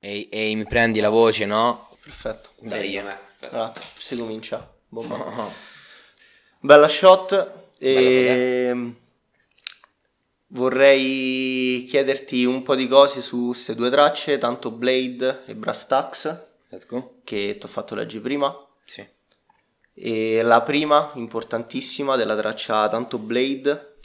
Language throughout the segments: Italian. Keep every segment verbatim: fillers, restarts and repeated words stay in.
E, e mi prendi la voce, no? Perfetto. Dai. Sì, allora, si comincia. Bomba. Oh. Bella shot. Bella E vorrei chiederti un po' di cose su queste due tracce, tanto Blade e Brass Tacks, Let's go. che ti ho fatto leggere prima. Sì. E la prima, importantissima, della traccia Tanto Blade,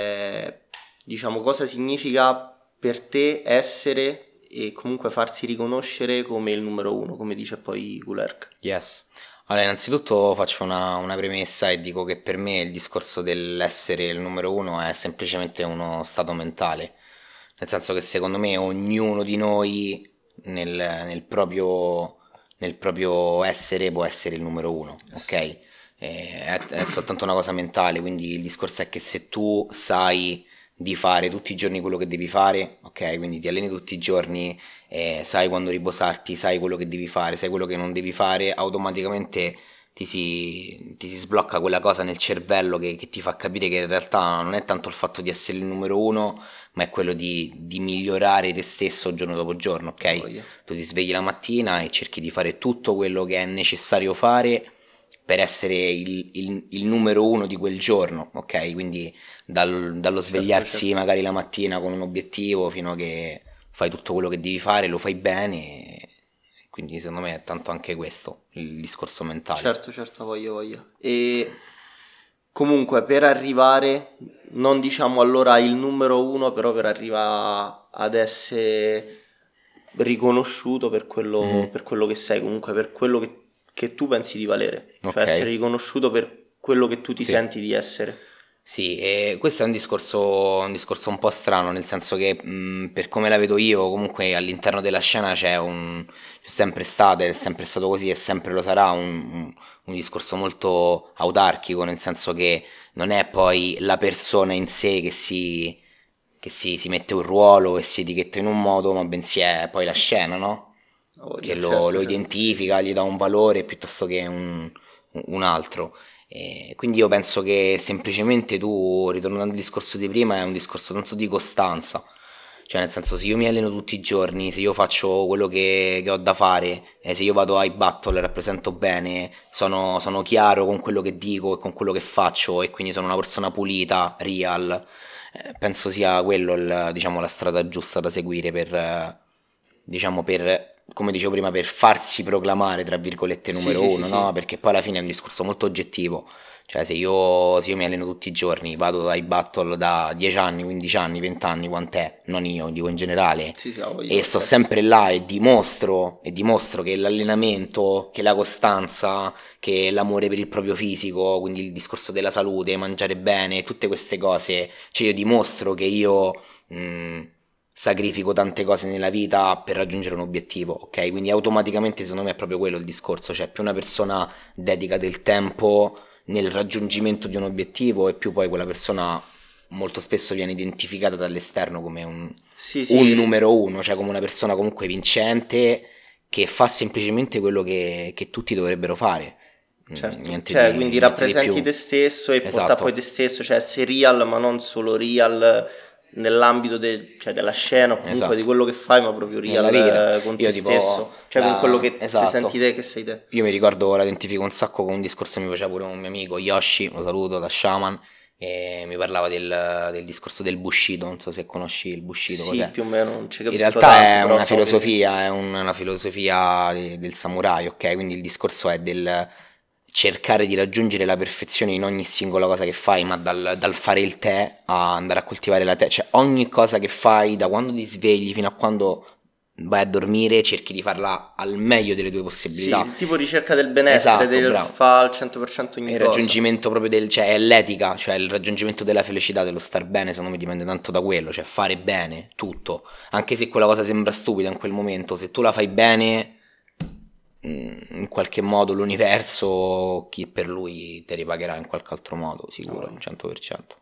è, diciamo, cosa significa per te essere e comunque farsi riconoscere come il numero uno, come dice poi Gulerk. Yes. Allora, innanzitutto faccio una, una premessa e dico che per me il discorso dell'essere il numero uno è semplicemente uno stato mentale. Nel senso che secondo me ognuno di noi nel, nel proprio, nel proprio essere può essere il numero uno, ok? Eh, È, è soltanto una cosa mentale, quindi il discorso è che se tu sai di fare tutti i giorni quello che devi fare, ok? Quindi ti alleni tutti i giorni, eh, sai quando riposarti, sai quello che devi fare, sai quello che non devi fare, automaticamente ti si, ti si sblocca quella cosa nel cervello che, che ti fa capire che in realtà non è tanto il fatto di essere il numero uno, ma è quello di, di migliorare te stesso giorno dopo giorno, ok? Voglia. Tu ti svegli la mattina e cerchi di fare tutto quello che è necessario fare per essere il, il, il numero uno di quel giorno, ok? Quindi dal- dallo Certo, svegliarsi certo. magari la mattina con un obiettivo fino a che fai tutto quello che devi fare, lo fai bene, e quindi secondo me è tanto anche questo il discorso mentale. Certo, certo, voglio, voglio. E comunque per arrivare, non diciamo allora il numero uno, però per arrivare ad essere riconosciuto per quello, Mhm. per quello che sei, comunque per quello che, che tu pensi di valere, cioè Ok. essere riconosciuto per quello che tu ti Sì. senti di essere. Sì, e questo è un discorso, un discorso un po' strano, nel senso che mh, per come la vedo io, comunque all'interno della scena c'è un, c'è sempre stato, è sempre stato così e sempre lo sarà un, un- un discorso molto autarchico, nel senso che non è poi la persona in sé che si, che si, si mette un ruolo e si etichetta in un modo, ma bensì è poi la scena, no? Ah, voglio, Che lo, certo, lo certo. identifica, gli dà un valore piuttosto che un, un altro. E quindi io penso che semplicemente tu, ritornando al discorso di prima, è un discorso tanto di costanza. Cioè, nel senso, se io mi alleno tutti i giorni, se io faccio quello che, che ho da fare, e se io vado ai battle e rappresento bene, sono, sono chiaro con quello che dico e con quello che faccio, e quindi sono una persona pulita, real, eh, penso sia quello il- diciamo, la strada giusta da seguire per, eh, diciamo, per, come dicevo prima, per farsi proclamare, tra virgolette, Sì, numero sì, sì, uno, sì. no? Perché poi alla fine è un discorso molto oggettivo. Cioè, se io, se io mi alleno tutti i giorni, vado dai battle da dieci anni, quindici anni, venti anni, quant'è? Non io, dico in generale, Sì, sì, ah, voglio, e sto certo. sempre là e dimostro, e dimostro che l'allenamento, che la costanza, che l'amore per il proprio fisico, quindi il discorso della salute, mangiare bene, tutte queste cose, cioè io dimostro che io mh, sacrifico tante cose nella vita per raggiungere un obiettivo, ok? Quindi automaticamente secondo me è proprio quello il discorso, cioè più una persona dedica del tempo nel raggiungimento di un obiettivo e più poi quella persona molto spesso viene identificata dall'esterno come un, Sì, un sì, numero uno, cioè come una persona comunque vincente che fa semplicemente quello che, che tutti dovrebbero fare. Mm, certo. Niente Cioè, di, quindi niente di rappresenti più. te stesso e porta poi te Esatto, stesso, cioè essere real, ma non solo real nell'ambito de- cioè, della scena o comunque di esatto. quello che fai, ma proprio Nella vita. real, eh, con te Io tipo, stesso, cioè con quello la... che te senti esatto. te, che sei te. Io mi ricordo, la identifico un sacco con un discorso che mi faceva pure un mio amico, Yoshi, lo saluto, da Shaman, e mi parlava del, del discorso del Bushido, non so se conosci il Bushido, Sì, cos'è? più o meno, non ci In capisco realtà tanto, è però una so che... filosofia, è un- una filosofia de- del samurai, ok? Quindi il discorso è del cercare di raggiungere la perfezione in ogni singola cosa che fai, ma dal, dal fare il tè a andare a coltivare la tè, cioè ogni cosa che fai, da quando ti svegli fino a quando vai a dormire, cerchi di farla al meglio delle tue Sì, possibilità. il tipo ricerca del benessere, Esatto, del bravo. fa al cento per cento E ogni il cosa. raggiungimento proprio del, cioè è l'etica, cioè il raggiungimento della felicità, dello star bene, secondo me dipende tanto da quello, cioè fare bene tutto, anche se quella cosa sembra stupida in quel momento, se tu la fai bene, mm, in qualche modo l'universo, chi per lui ti ripagherà in qualche altro modo, sicuro, Oh. cento per cento.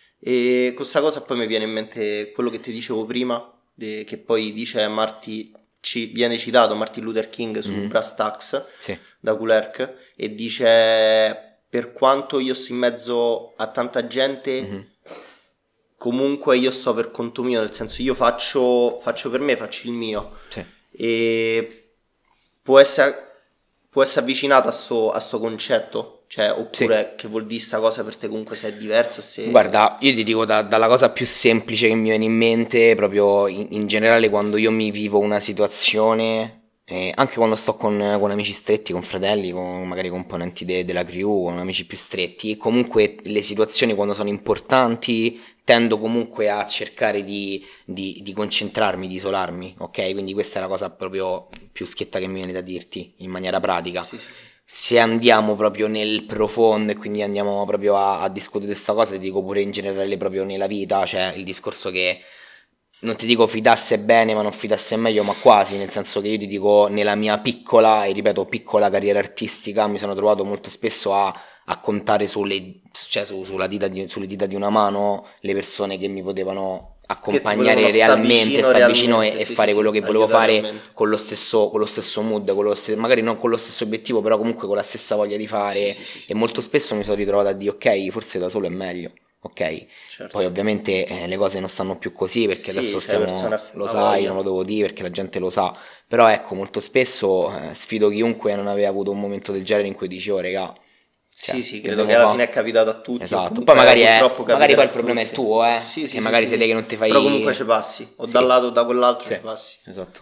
E questa cosa poi mi viene in mente quello che ti dicevo prima, de- che poi dice Marty, ci viene citato Martin Luther King su Mhm. Brass Tacks Sì, da Gulerk e dice per quanto io sto in mezzo a tanta gente, mhm, comunque io sto per conto mio, nel senso io faccio, faccio per me, faccio il mio. sì, E può essere, può essere avvicinata a sto, a sto concetto? Cioè, oppure sì. Che vuol dire sta cosa per te comunque se è diverso? Se... Guarda, io ti dico da, dalla cosa più semplice che mi viene in mente, proprio in, in generale quando io mi vivo una situazione, eh, anche quando sto con, con amici stretti, con fratelli, con magari componenti de, della crew, con amici più stretti, comunque le situazioni quando sono importanti tendo comunque a cercare di, di, di concentrarmi, di isolarmi, ok? Quindi questa è la cosa proprio più schietta che mi viene da dirti, in maniera pratica. Sì, sì. Se andiamo proprio nel profondo e quindi andiamo proprio a, a discutere questa cosa, ti dico pure in generale proprio nella vita, cioè il discorso che non ti dico fidasse bene ma non fidasse meglio, ma quasi, nel senso che io ti dico nella mia piccola, e ripeto piccola carriera artistica, mi sono trovato molto spesso a, a contare sulle, cioè su, sulla dita di, sulle dita di una mano le persone che mi potevano accompagnare realmente, sta vicino e, sì, e fare sì, quello che volevo fare realmente. Con lo stesso con lo stesso mood, con lo st- magari non con lo stesso obiettivo, però comunque con la stessa voglia di fare, sì, sì, sì, e molto spesso mi sono ritrovato a dire ok, forse da solo è meglio, ok, certo. Poi ovviamente eh, le cose non stanno più così perché sì, adesso stiamo, lo sai, non lo devo dire perché la gente lo sa, però ecco molto spesso eh, sfido chiunque non aveva avuto un momento del genere in cui dici oh regà, cioè, sì, sì, credo che alla fa? fine è capitato a tutti. Esatto, poi magari, è, magari poi il problema tutti. È il tuo, eh. Sì, sì, che sì, magari sì, sei te che non ti fai. Però comunque ci passi, o sì. da un lato o da quell'altro sì. ci passi. Esatto.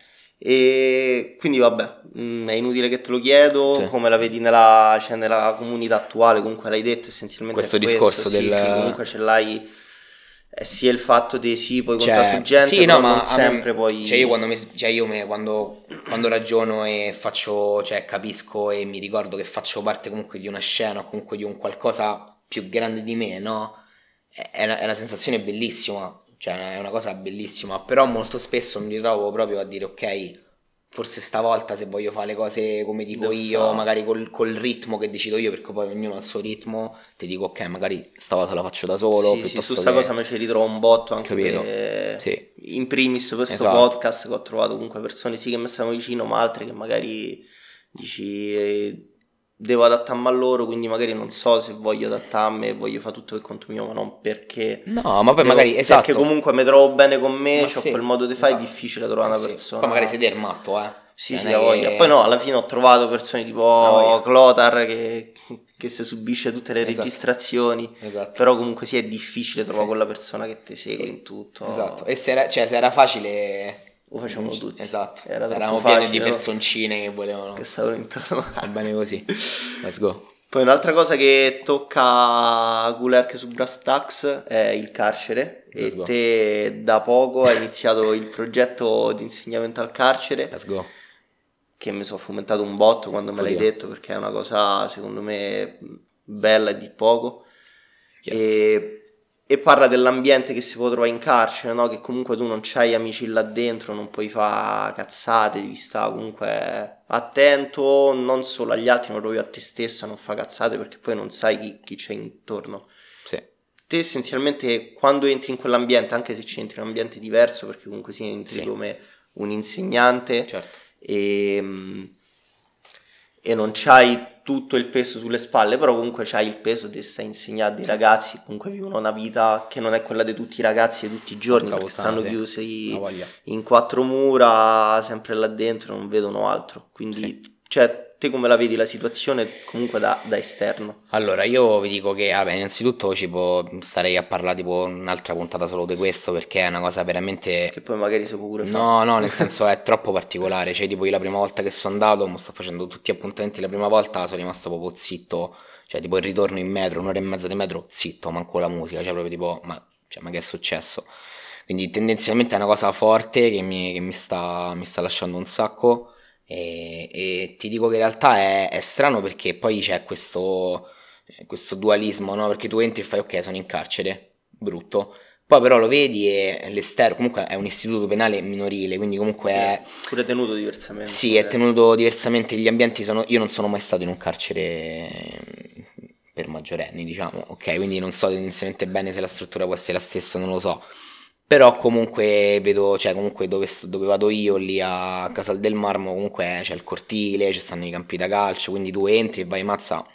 E quindi vabbè, mh, è inutile che te lo chiedo, sì. come la vedi nella, cioè, nella comunità attuale, comunque l'hai detto essenzialmente. Questo discorso questo, del. Sì, sì, comunque ce l'hai. Eh, sia il fatto di sì, poi cioè, contare su gente, sì, no, ma non sempre me, poi. Cioè io quando mi, cioè io me, quando, quando ragiono e faccio, cioè capisco e mi ricordo che faccio parte comunque di una scena o comunque di un qualcosa più grande di me, no? È una, è una sensazione bellissima, cioè è una cosa bellissima, però molto spesso mi ritrovo proprio a dire ok, forse stavolta se voglio fare le cose come dico Devo io, fare. magari col, col ritmo che decido io, perché poi ognuno ha il suo ritmo, ti dico ok, magari stavolta la faccio da solo. Sì, sì, su sta che... cosa mi ci ritrovo un botto anche perché sì. in primis questo esatto. podcast che ho trovato comunque persone sì che mi stanno vicino, ma altre che magari dici eh, devo adattarmi a loro, quindi magari non so se voglio adattarmi e voglio fare tutto per conto mio, ma non perché no, ma poi devo, magari esatto. perché comunque mi trovo bene con me, ho sì, quel modo di fare, esatto. è difficile trovare sì, una persona. Poi magari siete il matto, eh. Sì, sì, la voglia. Che... Poi no, alla fine ho trovato persone tipo Clotar che, che si subisce tutte le esatto. registrazioni, esatto. però comunque sì è difficile trovare sì. quella persona che ti segue sì. in tutto. Esatto, e se era, cioè, se era facile... Lo facevamo tutti. Esatto, era eravamo facile, pieni di personcine no? che volevano... Che stavano intorno. Va bene così, let's go. Poi un'altra cosa che tocca Gulerk su Brass Tacks è il carcere. Let's e go. Te da poco hai iniziato il progetto di insegnamento al carcere. Let's go. Che mi sono fomentato un botto quando me l'hai detto, perché è una cosa secondo me bella e di poco. Yes. E, e parla dell'ambiente che si può trovare in carcere, no? Che comunque tu non c'hai amici là dentro, non puoi fare cazzate, devi stare comunque attento non solo agli altri ma proprio a te stesso, a non fare cazzate perché poi non sai chi, chi c'è intorno. Sì. Te essenzialmente quando entri in quell'ambiente, anche se ci entri in un ambiente diverso, perché comunque si entri sì. come un insegnante, certo. e, e non c'hai tutto il peso sulle spalle, però comunque c'hai il peso di stare a insegnare a dei sì. ragazzi, comunque vivono una vita che non è quella di tutti i ragazzi di tutti i giorni, perché stanno sì. chiusi in quattro mura, sempre là dentro, non vedono altro, quindi sì. cioè te come la vedi la situazione comunque da, da esterno? Allora io vi dico che vabbè, innanzitutto ci può, starei a parlare tipo un'altra puntata solo di questo, perché è una cosa veramente che poi magari si può pure fare. No, no, nel senso è troppo particolare, cioè tipo io la prima volta che sono andato, mo sto facendo tutti gli appuntamenti la prima volta, sono rimasto proprio zitto, cioè tipo il ritorno in metro, un'ora e mezza di metro, zitto, manco la musica, cioè proprio tipo ma, cioè, ma che è successo? Quindi tendenzialmente è una cosa forte che mi, che mi, sta, mi sta lasciando un sacco. E, e ti dico che in realtà è, è strano perché poi c'è questo, questo dualismo, no? Perché tu entri e fai ok, sono in carcere, brutto, poi però lo vedi e l'esterno comunque è un istituto penale minorile, quindi comunque è pure tenuto diversamente. Sì, è tenuto diversamente, gli ambienti sono, io non sono mai stato in un carcere per maggiorenni, diciamo, ok, quindi non so tendenzialmente bene se la struttura può essere la stessa, non lo so. Però comunque vedo, cioè comunque dove, dove vado io, lì a Casal del Marmo, comunque c'è il cortile, ci stanno i campi da calcio, quindi tu entri e vai mazza,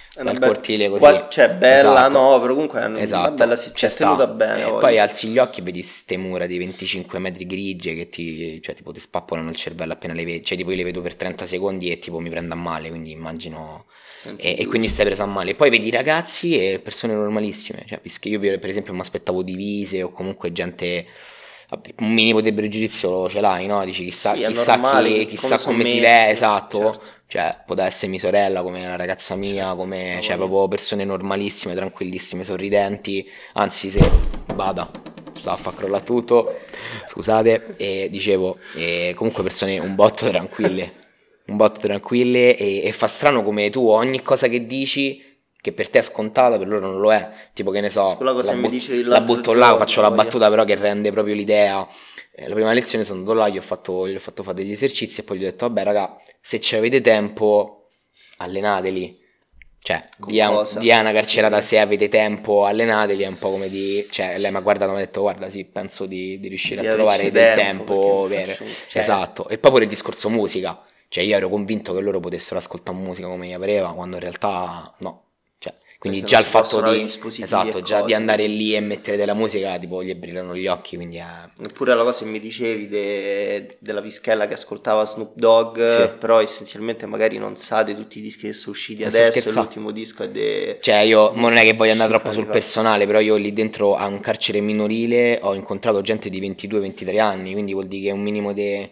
È una dal be- cortile così. qua- cioè bella Esatto. no, però comunque è una Esatto, bella, si c'è è tenuta sta. bene. E voglio. poi alzi gli occhi e vedi ste mura di venticinque metri grigie che ti, cioè, tipo, ti spappolano il cervello appena le vedi. Cioè, tipo, io le vedo per trenta secondi e tipo mi prendo a male, quindi immagino. Senti E, e giù. quindi stai preso a male. Poi vedi ragazzi e persone normalissime. Cioè, perché io per per esempio mi aspettavo divise o comunque gente. vabbè, Un minimo di pregiudizio ce l'hai, no? Dici chissà, Sì, è chissà normale chi, che chissà come come sono si vede, messi, esatto. certo. Cioè, poteva essere mia sorella, come la ragazza mia, Certo, come, ma cioè, poi proprio persone normalissime, tranquillissime, sorridenti. Anzi, se vada, stava a far crollare tutto, scusate, e dicevo, e comunque persone un botto tranquille, un botto tranquille, e, e fa strano come tu ogni cosa che dici, che per te è scontata, per loro non lo è. Tipo, che ne so, quella cosa la, che mi but- dicevi la l'altro butto là, giorno, faccio la voglia. battuta però che rende proprio l'idea. Eh, La prima lezione sono andato là, gli ho fatto, gli ho fatto fare degli esercizi e poi gli ho detto, vabbè raga, se ci avete tempo, allenateli. Cioè, Con dia, un- cosa? dia una carcerata Ok. se avete tempo, allenateli, è un po' come di. Cioè, lei mi ha guardato e mi ha detto, guarda, sì, penso di, di riuscire Di a trovare averci del tempo, perché tempo mi per. faccio... Cioè, Esatto. E poi pure il discorso musica. Cioè, io ero convinto che loro potessero ascoltare musica come gli pareva, quando in realtà no. Cioè, quindi perché già non il si fatto possono avere di. dispositivi e Esatto, già di cose, andare quindi... lì e mettere della musica, tipo, gli brillano gli occhi, quindi è. Eppure la cosa che mi dicevi de- della pischella che ascoltava Snoop Dogg, Sì. però essenzialmente magari non sa di tutti i dischi che sono usciti Non sto adesso, e scherzando. l'ultimo disco è de... Cioè, io mo non è che voglio andare cinque troppo anni sul fa. personale, però io lì dentro a un carcere minorile ho incontrato gente di ventidue ventitré anni, quindi vuol dire che un minimo di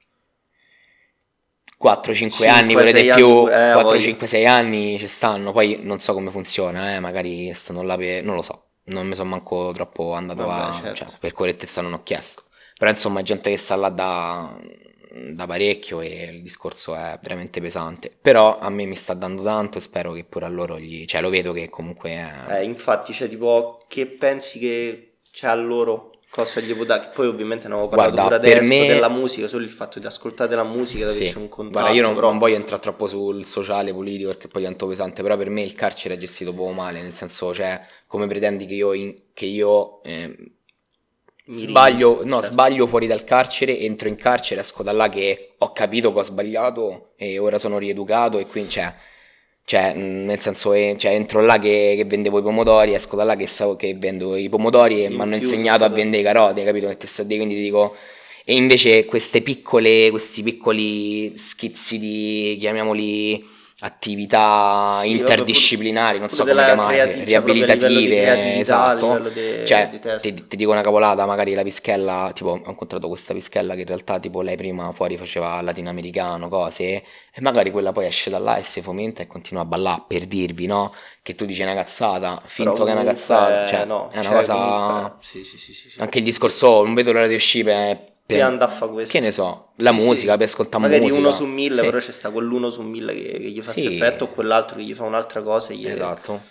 quattro cinque anni, cinque pure di sei più, anni pure, eh, quattro voglio. cinque sei anni ci stanno. Poi non so come funziona, eh, magari stanno là per. Non lo so, non mi sono manco troppo andato Vabbè, a. Cioè, certo. per correttezza non ho chiesto. Però insomma, è gente che sta là da, da parecchio e il discorso è veramente pesante. Però a me mi sta dando tanto e spero che pure a loro gli. Cioè, lo vedo che comunque è. Eh, infatti, cioè, tipo, che pensi che c'è a loro? Cosa gli può dare? Che poi ovviamente ne avevo parlato Guarda, pure per adesso me. della musica, solo il fatto di ascoltare la musica, di Sì, averci un guarda, io contatto, non, però... non voglio entrare troppo sul sociale, politico, perché poi divento pesante, però per me il carcere è gestito poco male, nel senso, cioè, come pretendi che io, in- che io eh, Mi sbaglio, limiti, no, certo. sbaglio fuori dal carcere, entro in carcere, esco da là che ho capito che ho sbagliato e ora sono rieducato e quindi, cioè, cioè, mh, nel senso, eh, cioè, entro là che, che vendevo i pomodori, esco da là che, so, che vendo i pomodori e mi In hanno più su insegnato a sta... vendere i carote, capito? Che te sto a dire, quindi ti dico. E invece queste piccole, questi piccoli schizzi di, chiamiamoli, attività Sì, vabbè, pur- interdisciplinari, non pure so come della chiamarle, creatività, cioè proprio a livello di riabilitative, creatività, a esatto. livello de- Cioè, di ti, testa. ti dico una cavolata, magari la pischella, tipo, ho incontrato questa pischella che in realtà, tipo, lei prima fuori faceva latinoamericano, cose, e magari quella poi esce da là e si fomenta e continua a ballare, per dirvi, no? Che tu dici una cazzata, Però finto che è una cazzata, comunque cioè, no, è una cioè comunque cosa. sì, sì, sì, sì, sì. Anche il discorso, non vedo l'ora di uscire per, Per per- andare a fare che questo. ne so, la Sì, musica, sì. per ascoltare Magari uno su musica. mille, Sì, però c'è sta quell'uno su mille che, che gli fa questo sì, effetto, o quell'altro che gli fa un'altra cosa. e Gli... esatto,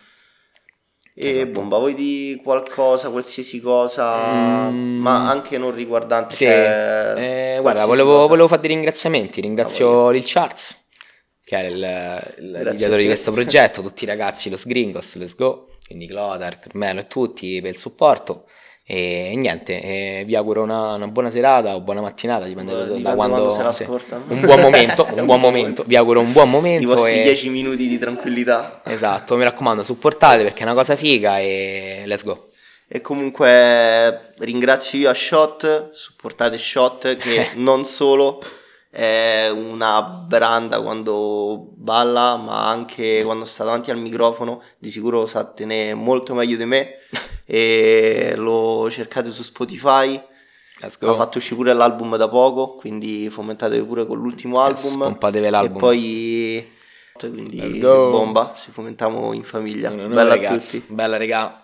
E esatto. bomba, vuoi di qualcosa, qualsiasi cosa, ma Mm, anche non riguardante, sì, cioè eh, guarda, qualsiasi volevo, cosa. volevo fare dei ringraziamenti. Ah, voglia. Ringrazio Lil Charles, che è il- il- Grazie a l'ideatore di te. questo progetto, tutti i ragazzi, Los Gringos, Let's Go, quindi Clotar, Carmelo e tutti per il supporto. E niente, eh, vi auguro una, una buona serata o buona mattinata, dipende da, da Dipende quando se quando. Sì. l'ascoltano. Un buon momento, un Un buon buon momento. momento. Vi auguro un buon I momento vostri e. dieci minuti di tranquillità. Esatto, mi raccomando, supportate perché è una cosa figa e let's go. E comunque ringrazio io a Shot, supportate Shot che non solo è una branda quando balla, ma anche quando sta davanti al microfono, di sicuro sa tenere molto meglio di me. E lo cercate su Spotify. Let's Ha go. fatto uscire pure l'album da poco, quindi fomentatevi pure con l'ultimo Yes, album. pompatevi E l'album. poi Let's quindi go. bomba, ci fomentiamo in famiglia. Un onore, Bella a ragazzi. tutti. Bella, regà.